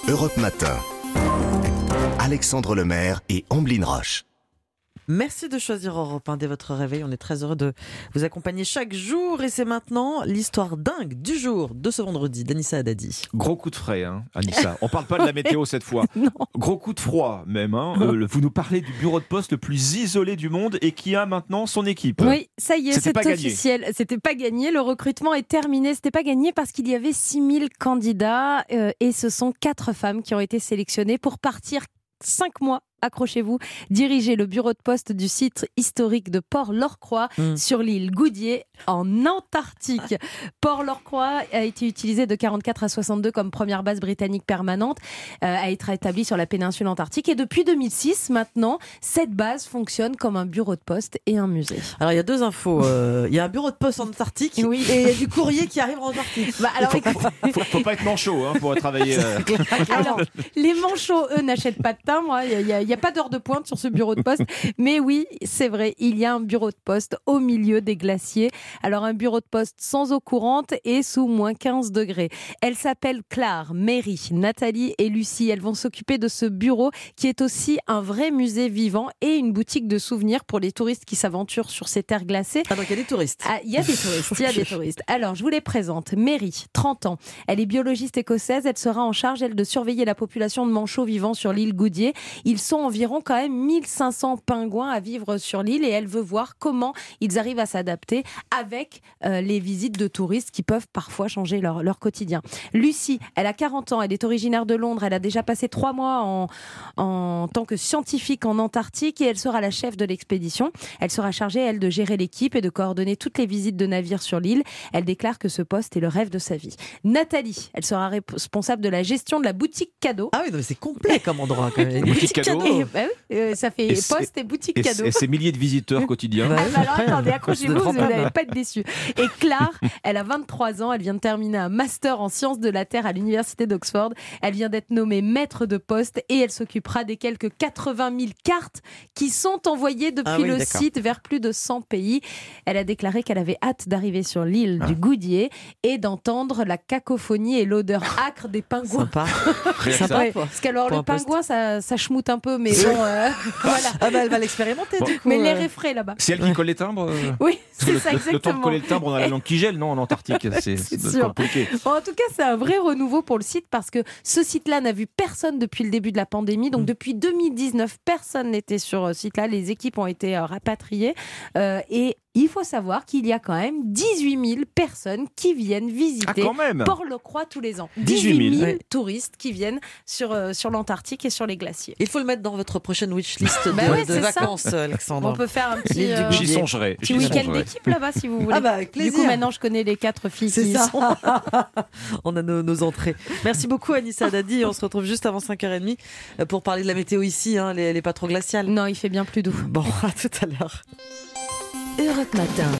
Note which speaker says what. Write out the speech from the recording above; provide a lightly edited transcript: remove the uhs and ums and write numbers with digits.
Speaker 1: Europe Matin. Alexandre Lemaire et Amblin Roche.
Speaker 2: Merci de choisir Europe 1 dès votre réveil. On est très heureux de vous accompagner chaque jour. Et c'est maintenant l'histoire dingue du jour de ce vendredi d'Anissa Haddadi.
Speaker 3: Gros coup de frais, hein, Anissa. On parle pas de la météo cette fois.
Speaker 2: Non.
Speaker 3: Gros coup de froid même. Hein. Vous nous parlez du bureau de poste le plus isolé du monde et qui a maintenant son équipe.
Speaker 4: Oui, ça y est,
Speaker 3: C'était
Speaker 4: c'est
Speaker 3: pas gagné.
Speaker 4: officiel. C'était pas gagné. Le recrutement est terminé. C'était pas gagné parce qu'il y avait 6000 candidats et ce sont 4 femmes qui ont été sélectionnées pour partir 5 mois. Accrochez-vous, diriger le bureau de poste du site historique de Port-Lorcroix sur l'île Goudier en Antarctique. Port-Lorcroix a été utilisé de 44 à 62 comme première base britannique permanente, a été établie sur la péninsule antarctique et depuis 2006 maintenant, cette base fonctionne comme un bureau de poste et un musée.
Speaker 2: Alors il y a deux infos. Il y a un bureau de poste en Antarctique et il y a du courrier qui arrive en Antarctique.
Speaker 3: Faut pas être manchot hein, pour travailler.
Speaker 4: Alors, les manchots, eux, n'achètent pas de timbre. Il n'y a pas d'heure de pointe sur ce bureau de poste. Mais oui, c'est vrai, il y a un bureau de poste au milieu des glaciers. Alors, un bureau de poste sans eau courante et sous moins 15 degrés. Elles s'appellent Claire, Mary, Nathalie et Lucie. Elles vont s'occuper de ce bureau qui est aussi un vrai musée vivant et une boutique de souvenirs pour les touristes qui s'aventurent sur ces terres glacées.
Speaker 2: Ah, donc il y a des touristes.
Speaker 4: Ah, il y a des touristes. Alors, je vous les présente. Mary, 30 ans. Elle est biologiste écossaise. Elle sera en charge, elle, de surveiller la population de manchots vivant sur l'île Goudier. Ils sont environ quand même 1500 pingouins à vivre sur l'île et elle veut voir comment ils arrivent à s'adapter avec les visites de touristes qui peuvent parfois changer leur quotidien. Lucie, elle a 40 ans. Elle est originaire de Londres. Elle a déjà passé 3 mois en tant que scientifique en Antarctique et elle sera la chef de l'expédition. Elle sera chargée, elle, de gérer l'équipe et de coordonner toutes les visites de navires sur l'île. Elle déclare que ce poste est le rêve de sa vie. Nathalie, elle sera responsable de la gestion de la boutique cadeau.
Speaker 2: Ah oui, mais c'est complet comme endroit quand même.
Speaker 3: Boutique cadeau.
Speaker 4: Ça fait poste et boutique cadeau.
Speaker 3: Et ces milliers de visiteurs quotidiens.
Speaker 4: Alors attendez, accrochez-vous, vous n'allez pas être déçus. Et Claire, elle a 23 ans, elle vient de terminer un master en sciences de la Terre à l'université d'Oxford. Elle vient d'être nommée maître de poste et elle s'occupera des quelques 80 000 cartes qui sont envoyées depuis le site vers plus de 100 pays. Elle a déclaré qu'elle avait hâte d'arriver sur l'île du Goudier et d'entendre la cacophonie et l'odeur âcre des pingouins.
Speaker 2: Sympa.
Speaker 4: Parce qu'alors le pingouin, ça schmoute un peu, mais bon, voilà.
Speaker 2: Ah bah elle va l'expérimenter du coup.
Speaker 4: Mais l'air est frais là-bas.
Speaker 3: C'est elle qui colle les timbres
Speaker 4: Oui, c'est ça exactement.
Speaker 3: Le temps de coller le timbre, on a la langue qui gèle, non, en Antarctique. C'est compliqué.
Speaker 4: Bon, en tout cas, c'est un vrai renouveau pour le site parce que ce site-là n'a vu personne depuis le début de la pandémie. Donc depuis 2019, personne n'était sur ce site-là. Les équipes ont été rapatriées et il faut savoir qu'il y a quand même 18 000 personnes qui viennent visiter Port-Lorcroix tous les ans. 18 000 touristes qui viennent sur l'Antarctique et sur les glaciers.
Speaker 2: Il faut le mettre dans votre prochaine wishlist de vacances, Alexandre.
Speaker 4: On peut faire un petit,
Speaker 3: J'y songerai.
Speaker 4: petit week-end d'équipe là-bas si vous voulez.
Speaker 2: Ah bah avec plaisir.
Speaker 4: Du coup, maintenant, je connais les 4 filles qui y sont.
Speaker 2: On a nos entrées. Merci beaucoup, Anissa Haddadi. On se retrouve juste avant 5h30 pour parler de la météo ici. Elle n'est pas trop glaciale.
Speaker 4: Non, il fait bien plus doux.
Speaker 2: Bon, à tout à l'heure.
Speaker 5: Europe Matin.